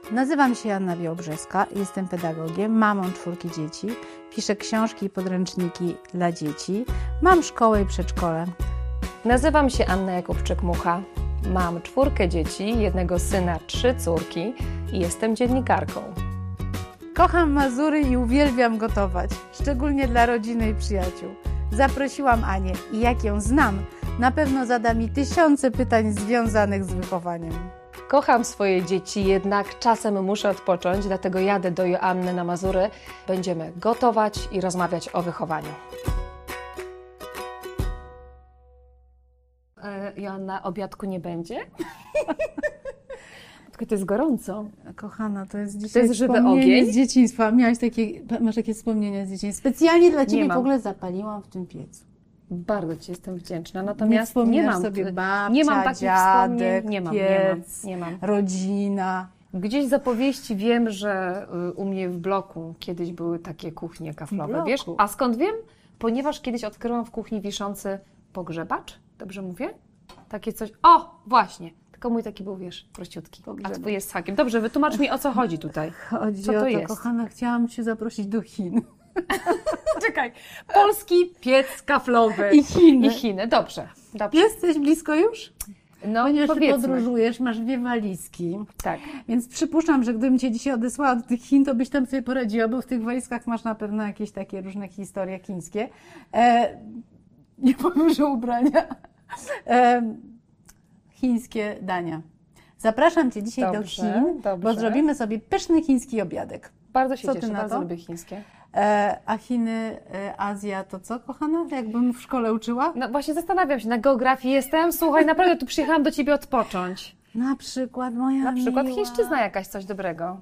Nazywam się Joanna Białobrzeska, jestem pedagogiem, mamą 4 dzieci, piszę książki i podręczniki dla dzieci, mam szkołę i przedszkole. Nazywam się Anna Jakubczyk-Mucha, mam 4 dzieci, 1 syna, 3 córki i jestem dziennikarką. Kocham Mazury i uwielbiam gotować, szczególnie dla rodziny i przyjaciół. Zaprosiłam Anię i jak ją znam, na pewno zada mi tysiące pytań związanych z wychowaniem. Kocham swoje dzieci, jednak czasem muszę odpocząć, dlatego jadę do Joanny na Mazury. Będziemy gotować i rozmawiać o wychowaniu. Joanna, obiadku nie będzie? Tylko to jest gorąco. Kochana, to jest dzisiaj to jest żywy ogień z dzieciństwa. Masz takie wspomnienia z dzieciństwa. Specjalnie dla Ciebie w ogóle zapaliłam w tym piecu. Bardzo Ci jestem wdzięczna, natomiast nie mam sobie babcia, nie mam takich dziadek, piec, nie mam. Rodzina. Gdzieś z opowieści wiem, że u mnie w bloku kiedyś były takie kuchnie kaflowe, wiesz? A skąd wiem? Ponieważ kiedyś odkryłam w kuchni wiszący pogrzebacz, dobrze mówię? Takie coś, o właśnie, tylko mój taki był, wiesz, prościutki, a Twój jest z hakiem. Dobrze, wytłumacz mi, o co chodzi tutaj. Chodzi co o to to, jest? Kochana, chciałam Cię zaprosić do Chin. Czekaj, polski piec kaflowy. I Chiny. I Chiny, dobrze. Jesteś blisko już? No, ponieważ powiedzmy. Ty podróżujesz, masz 2 walizki. Tak. Więc przypuszczam, że gdybym Cię dzisiaj odesłała do tych Chin, to byś tam sobie poradziła, bo w tych walizkach masz na pewno jakieś takie różne historie chińskie. Nie powiem, że ubrania. Chińskie dania. Zapraszam Cię dzisiaj do Chin, bo zrobimy sobie pyszny chiński obiadek. Bardzo się cieszę, bardzo lubię chińskie. A Chiny, Azja to co, kochana? Jakbym w szkole uczyła? No właśnie zastanawiam się, na geografii jestem. Słuchaj, naprawdę tu przyjechałam do Ciebie odpocząć. Na przykład moja Na przykład miła. chińszczyzna jakaś, coś dobrego.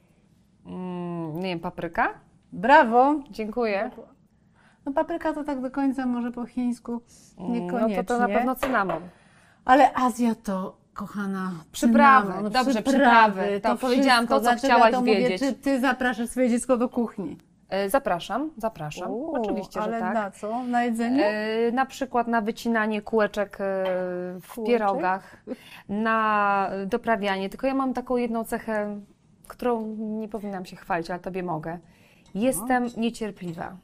Nie wiem, papryka? Brawo! Dziękuję. No papryka to tak do końca może po chińsku niekoniecznie. No to na pewno cynamon. Ale Azja to, kochana, przyprawy. Cynamon, dobrze, przyprawy. To powiedziałam to, co chciałaś wiedzieć. Mówię, czy Ty zapraszasz swoje dziecko do kuchni? Zapraszam. Oczywiście, ale że tak. Na co? Na jedzenie? Na przykład na wycinanie kółeczek w pierogach, na doprawianie. Tylko ja mam taką jedną cechę, którą nie powinnam się chwalić, ale Tobie mogę. Jestem niecierpliwa.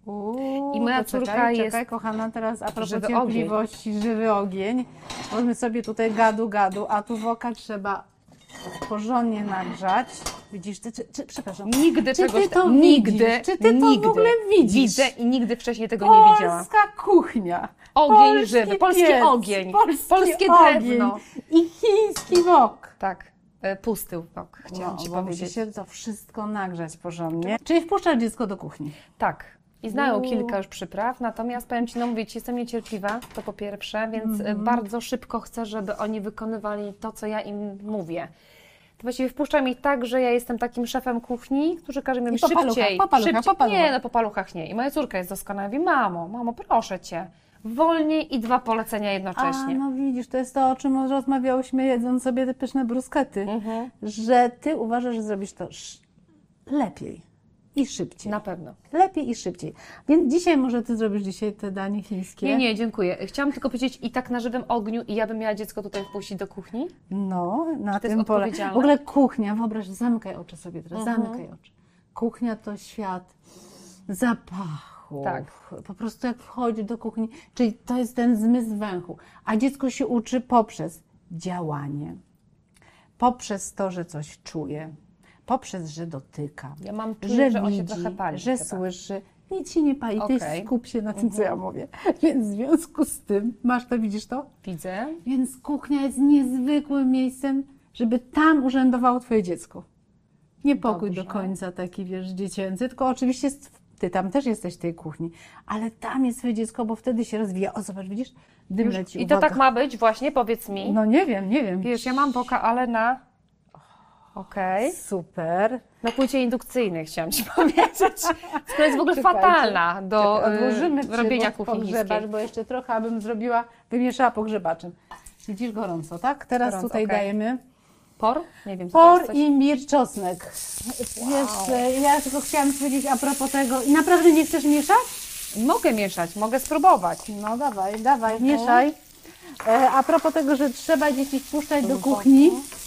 I moja córka jest... Czekaj, kochana, teraz a propos cierpliwości, żywy ogień. Możemy sobie tutaj gadu, a tu woka trzeba porządnie nagrzać. Widzisz, przepraszam. Nigdy czy czegoś ty to nigdy, widzisz? Czy ty to w ogóle widzisz? Widzę i nigdy wcześniej tego nie widziałam. Polska kuchnia. Ogień żywy, polski piec, ogień, polskie ogień drewno. I chiński wok. Tak, pusty wok, chciałam Ci powiedzieć. Musi się to wszystko nagrzać porządnie. Czyli wpuszczasz dziecko do kuchni. Tak. I znają kilka już przypraw, natomiast powiem Ci, no mówić, jestem niecierpliwa, to po pierwsze, więc bardzo szybko chcę, żeby oni wykonywali to, co ja im mówię. To właściwie wpuszczam ich tak, że ja jestem takim szefem kuchni, który każe mi szybciej. Po paluchach. Nie, no po paluchach nie. I moja córka jest doskonała, mówi, mamo, proszę Cię, wolniej i 2 polecenia jednocześnie. No widzisz, to jest to, o czym rozmawiałyśmy, jedząc sobie te pyszne bruskety, że Ty uważasz, że zrobisz to lepiej. I szybciej. Na pewno. Lepiej i szybciej. Więc dzisiaj może Ty zrobisz te danie chińskie? Nie, dziękuję. Chciałam tylko powiedzieć i tak na żywym ogniu i ja bym miała dziecko tutaj wpuścić do kuchni? No, na tym pole. W ogóle kuchnia, wyobraź, zamykaj oczy sobie teraz, zamykaj oczy. Kuchnia to świat zapachu. Tak. Po prostu jak wchodzi do kuchni, czyli to jest ten zmysł węchu. A dziecko się uczy poprzez działanie, poprzez to, że coś czuje, poprzez, że dotyka, ja mam że że on widzi, się trochę pali że chyba. Słyszy. Nic się nie pali, Ty skup się na tym, co ja mówię. Więc w związku z tym, masz to, widzisz to? Widzę. Więc kuchnia jest niezwykłym miejscem, żeby tam urzędowało Twoje dziecko. Nie pokój do końca taki, wiesz, dziecięcy, tylko oczywiście Ty tam też jesteś w tej kuchni, ale tam jest Twoje dziecko, bo wtedy się rozwija. O, zobacz, widzisz? Dym leci. I to tak ma być właśnie, powiedz mi. No nie wiem. Wiesz, ja mam woka, ale na... Okej. Super. Na płycie indukcyjnej chciałam Ci powiedzieć. Która jest w ogóle fatalna do robienia kuchni chińskiej. Bo jeszcze trochę, abym wymieszała pogrzebaczem. Widzisz, gorąco, tak? Teraz tutaj dajemy por? Nie wiem, por, imbir, czosnek. Wiesz, ja tylko chciałam powiedzieć a propos tego. I naprawdę nie chcesz mieszać? Mogę mieszać, mogę spróbować. No dawaj, mieszaj. A propos tego, że trzeba dzieci wpuszczać do kuchni,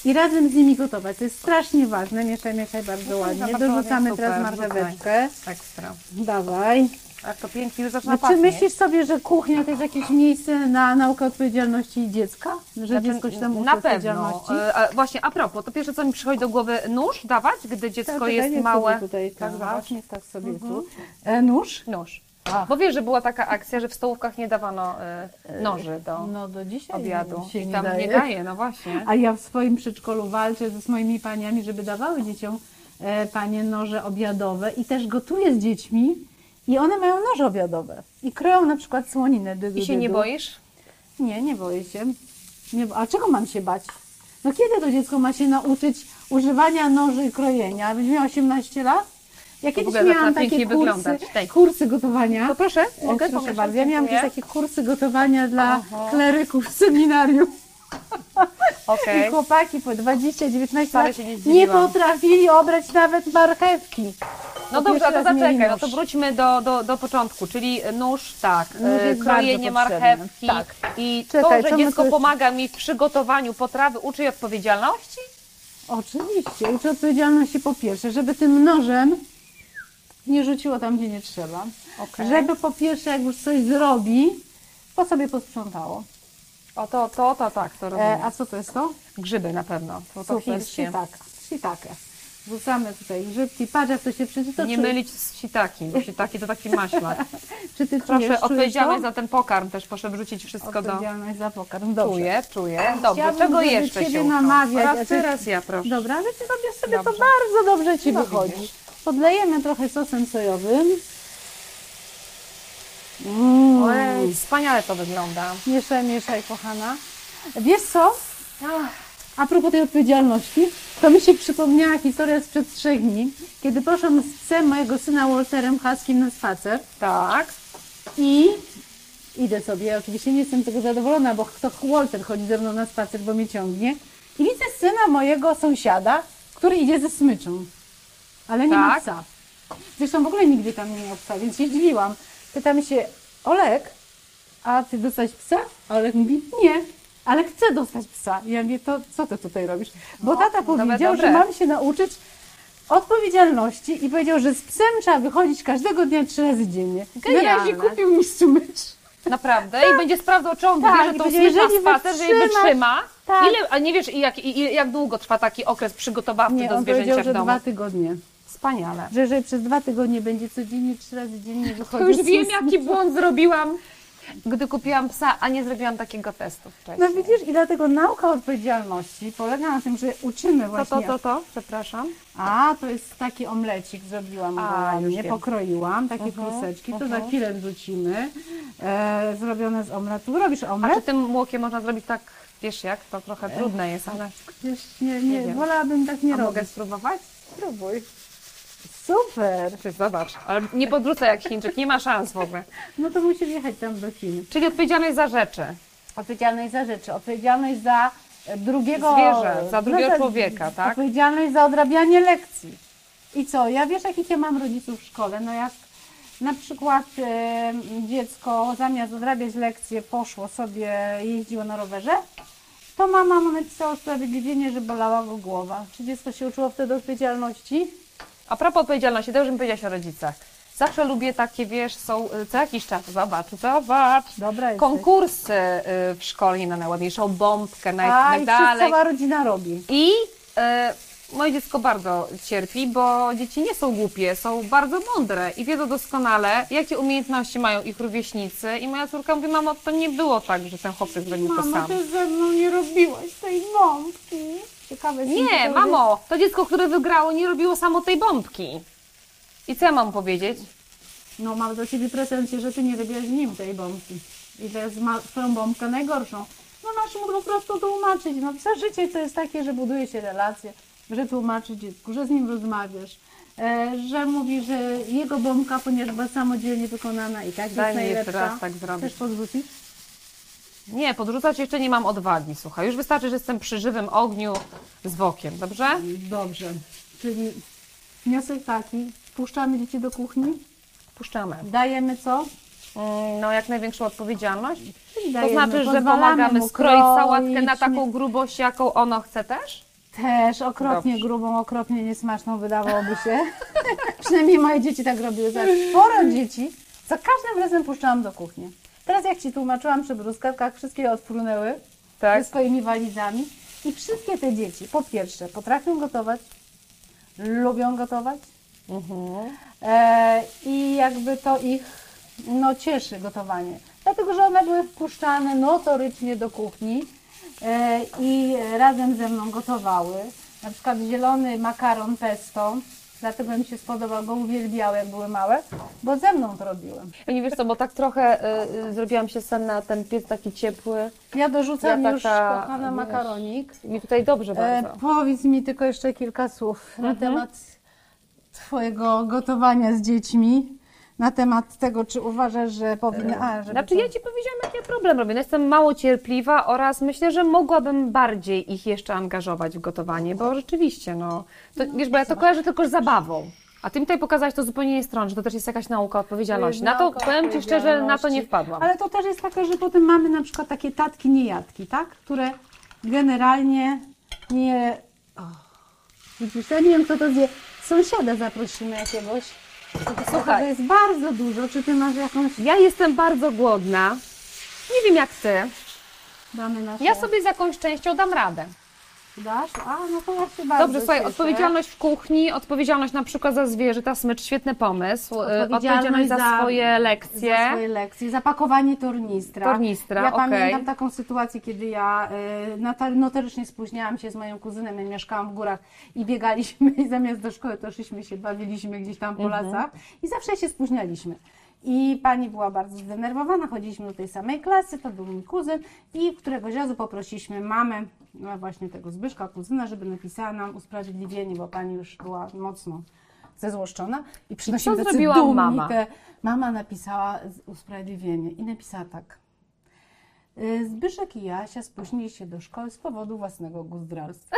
i razem z nimi gotować. To jest strasznie ważne. Mieszaj, mieszaj bardzo ładnie. bardzo Dorzucamy ładnie, teraz super, marcheweczkę. Ekstra. Dawaj. A to pięknie już zaczyna No, czy pachnieć. myślisz sobie, że kuchnia to jest jakieś miejsce na naukę odpowiedzialności dziecka? Że Znaczy, dziecko się tam uczy na pewno. odpowiedzialności? Właśnie, a propos, to pierwsze, co mi przychodzi do głowy, nóż dawać, gdy dziecko Czekaj, jest niech małe. sobie tutaj, Tak, tak, zobacz. niech tak sobie tu. Nóż? Nóż. A. Bo wiesz, że była taka akcja, że w stołówkach nie dawano noży do No do dzisiaj obiadu. się I nie tam daje. nie daje, no właśnie. A ja w swoim przedszkolu walczę z moimi paniami, żeby dawały dzieciom panie noże obiadowe i też gotuję z dziećmi i one mają noże obiadowe i kroją na przykład słoninę. I się nie boisz? Nie, nie boję się. A czego mam się bać? No kiedy to dziecko ma się nauczyć używania noży i krojenia? Będzie miał 18 lat? Ja kiedyś ogóle miałam zaczyna takie pięknie wyglądać. Daj. kursy gotowania. To proszę, mogę? Proszę Pokaż, bardzo. Ja miałam dziękuję. też takie kursy gotowania dla Oho. kleryków w seminarium. Okej. I chłopaki po 20-19 Wcale lat się nie nie zdziwiłam. potrafili obrać nawet marchewki. No Bo dobrze, a pierwszy to raz mieli zaczekaj, no nóż. to wróćmy do początku, czyli nóż, tak, Nóż jest krojenie bardzo potrzebny. marchewki Tak. i Czekaj, to, co że my dziecko tu jeszcze- pomaga mi w przygotowaniu potrawy, uczy jej odpowiedzialności? Oczywiście. Uczy odpowiedzialności po pierwsze, żeby tym nożem nie rzuciło tam, gdzie nie trzeba. Okej. Żeby po pierwsze, jak już coś zrobi, po sobie posprzątało. O, to tak, to rozumiem. A co to jest to? Grzyby na pewno, to Super, chińskie. shiitake. Wrzucamy tutaj grzybki, patrz jak to się przeczyta. Nie mylić z shiitaki, bo shiitaki to taki maślak. Czy ty Proszę, czujesz odpowiedzialność to? za ten pokarm też, proszę wrzucić wszystko do... Odpowiedzialność za pokarm. Dobrze. Czuję. Dobrze, Chciałabym, czego żeby jeszcze Ciebie się uczą? namawiać, Raz a ty- teraz ja, proszę. Dobra, ale Ty robisz sobie to Dobrze. bardzo dobrze Ci No wychodzi. widzisz. Podlejemy trochę sosem sojowym. Ojej, wspaniale to wygląda. Mieszaj, mieszaj, kochana. Wiesz co? A propos tej odpowiedzialności, to mi się przypomniała historia sprzed 3 dni, kiedy poszłam z psem mojego syna Walterem Huskim na spacer Tak. i idę sobie, ja oczywiście nie jestem z tego zadowolona, bo to Walter chodzi ze mną na spacer, bo mnie ciągnie i widzę syna mojego sąsiada, który idzie ze smyczą, ale nie ma Tak. psa. Zresztą w ogóle nigdy tam nie miał psa, więc się zdziwiłam. Pytam się, Olek, a ty dostać psa? A Olek mówi, nie, ale chcę dostać psa. Ja mówię, to co ty tutaj robisz? Bo tata powiedział, dobre. że mam się nauczyć odpowiedzialności i powiedział, że z psem trzeba wychodzić każdego dnia 3 razy dziennie. Na razie Genialne. kupił mi smycz. Naprawdę? I będzie sprawdzał, czy on Tak, wybierze i tą będzie, smycz na jeżeli spacer, że jej wytrzymasz- wytrzyma. Tak. Ile, a nie wiesz, jak długo trwa taki okres przygotowawczy Nie, do on zwierzęcia powiedział, w że domu? 2 tygodnie. Wspaniale. Że jeżeli przez 2 tygodnie będzie codziennie 3 razy dziennie To wychodzić już z wiem, smyczem. jaki błąd zrobiłam, gdy kupiłam psa, a nie zrobiłam takiego testu wcześniej. No widzisz, i dlatego nauka odpowiedzialności polega na tym, że uczymy właśnie. Przepraszam. A, to jest taki omlecik, zrobiłam go A, już ładnie, wiem. pokroiłam, takie kruseczki, to za chwilę wrzucimy, zrobione z omletu. Robisz A omlet? czy tym młokiem można zrobić tak, wiesz jak, to trochę trudne jest, ale Wiesz, nie wiem. wolałabym tak nie a mogę robić. spróbować? Spróbuj. Super. Czy zobacz, ale nie podrzucę jak Chińczyk, nie ma szans w ogóle. No to musisz jechać tam do Chin. Czyli odpowiedzialność za rzeczy. Odpowiedzialność za rzeczy, odpowiedzialność za drugiego... Zwierzę, za drugiego za- człowieka, tak? Odpowiedzialność za odrabianie lekcji. I co? Ja wiesz, jakich ja mam rodziców w szkole? No jak na przykład dziecko zamiast odrabiać lekcje poszło sobie, jeździło na rowerze, to mama mu napisała usprawiedliwienie, że bolała go głowa. Czy dziecko się uczyło wtedy odpowiedzialności? A propos odpowiedzialności, dobrze mi powiedziałaś o rodzicach. Zawsze lubię takie, wiesz, są co jakiś czas, zobacz, Dobra jesteś. konkursy w szkole, nie na najładniejszą bombkę, A, na i tak dalej. cała rodzina robi. I moje dziecko bardzo cierpi, bo dzieci nie są głupie, są bardzo mądre i wiedzą doskonale, jakie umiejętności mają ich rówieśnicy. I moja córka mówi, mamo, to nie było tak, że ten chłopczyk zrobił to Mamo, sam. ty ze mną nie robiłaś tej bombki. Ciekawe, jest mi Nie, to mamo, to dziecko, które wygrało, nie robiło samo tej bombki. I co ja mam powiedzieć? No mam do Ciebie pretensję, że Ty nie robiłaś z nim tej bombki. I to jest Twoją bombkę najgorszą. No masz mu po prostu tłumaczyć. No całe życie to jest takie, że buduje się relacje, że tłumaczysz dziecku, że z nim rozmawiasz, że mówi, że jego bombka, ponieważ była samodzielnie wykonana i tak Daj jest mi jeszcze najlepsza. raz tak zrobić. Chcesz podrzucić? Nie, podrzucać jeszcze nie mam odwagi, słuchaj. Już wystarczy, że jestem przy żywym ogniu z wokiem, dobrze? Dobrze. Czyli wniosek taki, wpuszczamy dzieci do kuchni, Puszczamy. dajemy co? No, jak największą odpowiedzialność. Czyli To dajemy, znaczy, że pozwalamy pomagamy mu skroić kroić, sałatkę na nie- taką grubość, jaką ono chce też? Też okropnie Dobrze. grubą, okropnie niesmaczną wydawałoby się. Przynajmniej moje dzieci tak robiły. Sporo dzieci za każdym razem puszczałam do kuchni. Teraz jak Ci tłumaczyłam przy bruskawkach, wszystkie odpłynęły ze swoimi walizami. I wszystkie te dzieci, po pierwsze, potrafią gotować, lubią gotować i jakby to ich cieszy gotowanie. Dlatego, że one były wpuszczane notorycznie do kuchni i razem ze mną gotowały. Na przykład zielony makaron pesto, dlatego mi się spodobał, bo uwielbiały jak były małe, bo ze mną to robiłem. Nie wiesz co, bo tak trochę zrobiłam się senna, ten piec taki ciepły. Ja dorzucam już, taka, kochana, wiesz, makaronik. Mi tutaj dobrze bardzo. Powiedz mi tylko jeszcze kilka słów na temat Twojego gotowania z dziećmi. Na temat tego, czy uważasz, że powinna... Znaczy ja Ci powiedziałam, jaki ja problem robię. No, jestem mało cierpliwa oraz myślę, że mogłabym bardziej ich jeszcze angażować w gotowanie, bo rzeczywiście, wiesz, bo ja to kojarzę tylko z zabawą. A Ty mi tutaj pokazałaś to zupełnie innej strony, że to też jest jakaś nauka odpowiedzialności. Na to, Nauka powiem Ci szczerze, na to nie wpadłam. Ale to też jest takie, że potem mamy na przykład takie tatki niejadki, tak? Które generalnie nie... Widzisz, ja nie wiem, kto to zje. Sąsiada zaprosimy jakiegoś. Słuchaj, To jest bardzo dużo. Czy Ty masz jakąś... ja jestem bardzo głodna. Nie wiem jak Ty. Damy nasze... Ja sobie z jakąś częścią dam radę. Dasz? No to ja się bardzo Dobrze, słuchaj, cieszę. odpowiedzialność w kuchni, odpowiedzialność na przykład za zwierzęta, smycz, świetny pomysł. Odpowiedzialność za swoje lekcje. Za swoje lekcje, zapakowanie tornistra. Tornistra, ja okej. pamiętam taką sytuację, kiedy ja notorycznie spóźniałam się z moim kuzynem, ja mieszkałam w górach i biegaliśmy i zamiast do szkoły to szliśmy się, bawiliśmy gdzieś tam po lasach i zawsze się spóźnialiśmy. I pani była bardzo zdenerwowana, chodziliśmy do tej samej klasy, to był mój kuzyn i któregoś razu poprosiliśmy mamę, właśnie tego Zbyszka, kuzyna, żeby napisała nam usprawiedliwienie, bo pani już była mocno zezłoszczona i przynosimy co tacy zrobiła dumni mama? Mama napisała usprawiedliwienie i napisała tak. Zbyszek i Jasia spóźnili się do szkoły z powodu własnego guzdralstwa.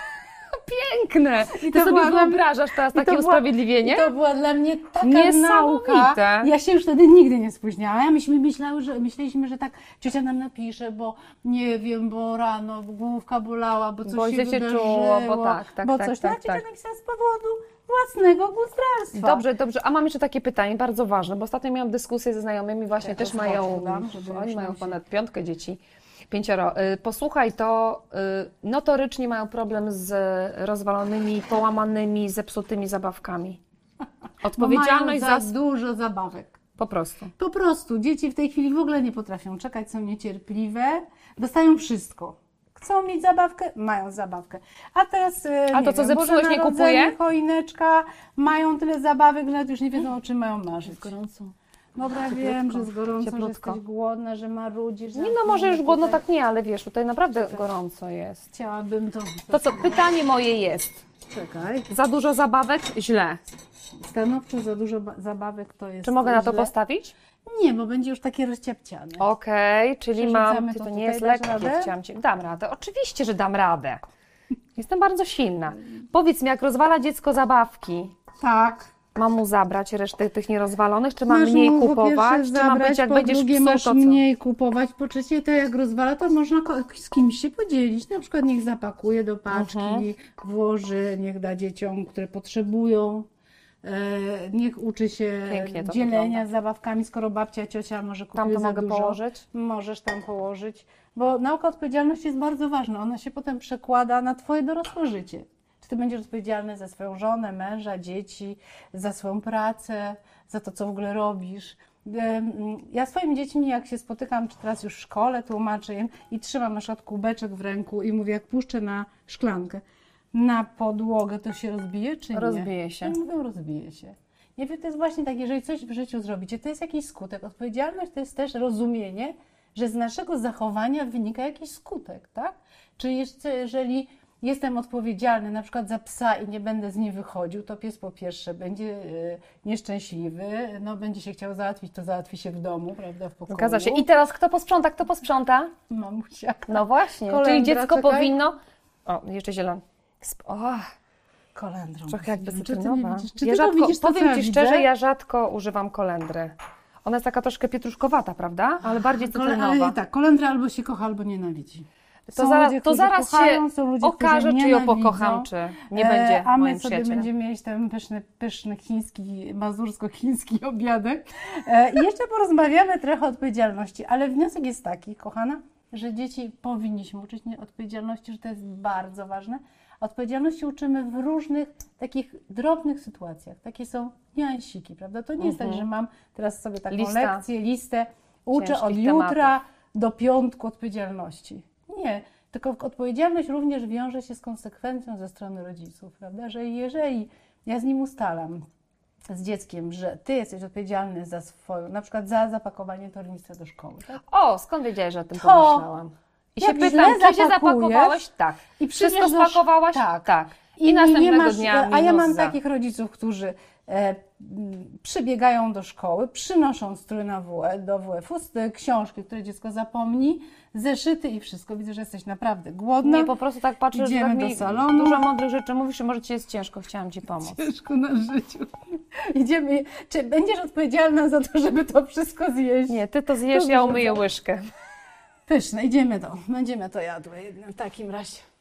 Piękne! I Ty to sobie była dla mnie- wyobrażasz teraz I to takie była- usprawiedliwienie? I to była dla mnie taka Niesamowite. nauka. Ja się już wtedy nigdy nie spóźniałam. Myśmy myśleliśmy, że tak ciocia nam napisze, bo nie wiem, bo rano główka bolała, bo coś Bo się źle się wydarzyło, czuło, bo tak, bo tak, coś. tak, A ciocia tak. napisała z powodu własnego guzdralstwa. Dobrze, dobrze. A mam jeszcze takie pytanie, bardzo ważne, bo ostatnio miałam dyskusję ze znajomymi, właśnie Ja też to mają, zobaczę, dam, żeby oni już mają nam się- ponad 5 dzieci, 5. Posłuchaj, to notorycznie mają problem z rozwalonymi, połamanymi, zepsutymi zabawkami. Odpowiedzialność Bo mają za... za dużo zabawek. Po prostu. Po prostu dzieci w tej chwili w ogóle nie potrafią czekać, są niecierpliwe, dostają wszystko. Chcą mieć zabawkę? Mają zabawkę. A teraz, A nie to, co wiem, zepsułeś, Boże nie Narodzenie, kupuje? choineczka, mają tyle zabawek, że nawet już nie wiedzą, o czym mają marzyć. Gorąco. Dobra, wiem, że jest gorąco, że Cieplutko. jesteś głodna, że marudzisz. Nie no, może już głodno tak nie, ale wiesz, tutaj naprawdę gorąco jest. Chciałabym to... To co, pytanie moje jest, Czekaj. za dużo zabawek? Źle. Stanowczo za dużo zabawek to jest Czy mogę na to źle. postawić? Nie, bo będzie już takie rozciapciane. Okej, czyli Przerzucamy mam, to to tutaj, nie jest dasz lekkie, radę? chciałam Cię, dam radę, oczywiście, że dam radę. Jestem bardzo silna. Powiedz mi, jak rozwala dziecko zabawki, Tak. mam mu zabrać resztę tych nierozwalonych, czy mam Masz mniej mu po kupować, pierwsze czy ma zabrać, być, jak po będziesz drugie psuł, masz to co? mniej kupować, po trzecie to jak rozwala, to można z kimś się podzielić, na przykład niech zapakuje do paczki, włoży, niech da dzieciom, które potrzebują, niech uczy się Pięknie to dzielenia wygląda. z zabawkami, skoro babcia, ciocia może Tam kupuje to za mogę dużo, położyć? możesz tam położyć, bo nauka odpowiedzialności jest bardzo ważna, ona się potem przekłada na Twoje dorosłe życie. Czy Ty będziesz odpowiedzialny za swoją żonę, męża, dzieci, za swoją pracę, za to, co w ogóle robisz. Ja swoimi dziećmi, jak się spotykam, czy teraz już w szkole, tłumaczę im i trzymam na przykład kubeczek w ręku i mówię, jak puszczę na szklankę, na podłogę, to się rozbije, czy nie? Rozbije się. I mówią, rozbije się. Nie wiem, to jest właśnie tak, jeżeli coś w życiu zrobicie, to jest jakiś skutek. Odpowiedzialność to jest też rozumienie, że z naszego zachowania wynika jakiś skutek, tak? Czy jeszcze, jeżeli jestem odpowiedzialny na przykład za psa i nie będę z nim wychodził, to pies po pierwsze będzie nieszczęśliwy, no będzie się chciał załatwić, to załatwi się w domu, prawda, w pokoju. Zgadza się. I teraz kto posprząta, kto posprząta? Mamusia. No właśnie, Kolendra, czyli dziecko czekaj. powinno... O, jeszcze zielony. O, Kolendrą. trochę jakby Czy ty nie cytrynowa. widzisz? Czy Ja ty to rzadko, widzisz, to, co powiem ja Ci widzę? szczerze, ja rzadko używam kolendry. Ona jest taka troszkę pietruszkowata, prawda? Ale bardziej cytrynowa. Ale tak, kolendra albo się kocha, albo nienawidzi. To zaraz się są ludzie, okaże, którzy czy ją nienawidzą. pokocham, czy nie będzie A my moim sobie przyjacielem. będziemy mieć ten pyszny chiński, mazursko-chiński obiadek. I jeszcze porozmawiamy trochę o odpowiedzialności, ale wniosek jest taki, kochana, że dzieci powinniśmy uczyć odpowiedzialności, że to jest bardzo ważne. Odpowiedzialności uczymy w różnych takich drobnych sytuacjach. Takie są niuansiki, prawda? To nie jest tak, że mam teraz sobie taką listę, uczę od jutra do piątku odpowiedzialności. Nie, tylko odpowiedzialność również wiąże się z konsekwencją ze strony rodziców, prawda? Że jeżeli ja z nim ustalam, z dzieckiem, że ty jesteś odpowiedzialny za swoją, na przykład za zapakowanie tornistrza do szkoły. Tak? O, skąd wiedziałeś, że o tym pomyślałam? I się pytam, czy się zapakowałeś? Tak. I wszystko spakowałaś? Tak. I następnego dnia a ja mam takich rodziców, którzy przybiegają do szkoły, przynoszą strój na do WF-u, książki, które dziecko zapomni, zeszyty i wszystko. Widzę, że jesteś naprawdę głodna. Nie, po prostu tak patrzę, idziemy że tak do salonu. Dużo mądrych rzeczy mówisz, że może ci jest ciężko, chciałam ci pomóc. Ciężko na życiu. Idziemy. Czy będziesz odpowiedzialna za to, żeby to wszystko zjeść? Nie, ty to zjesz, ja umyję łyżkę. Pyszne, będziemy to jadły w takim razie.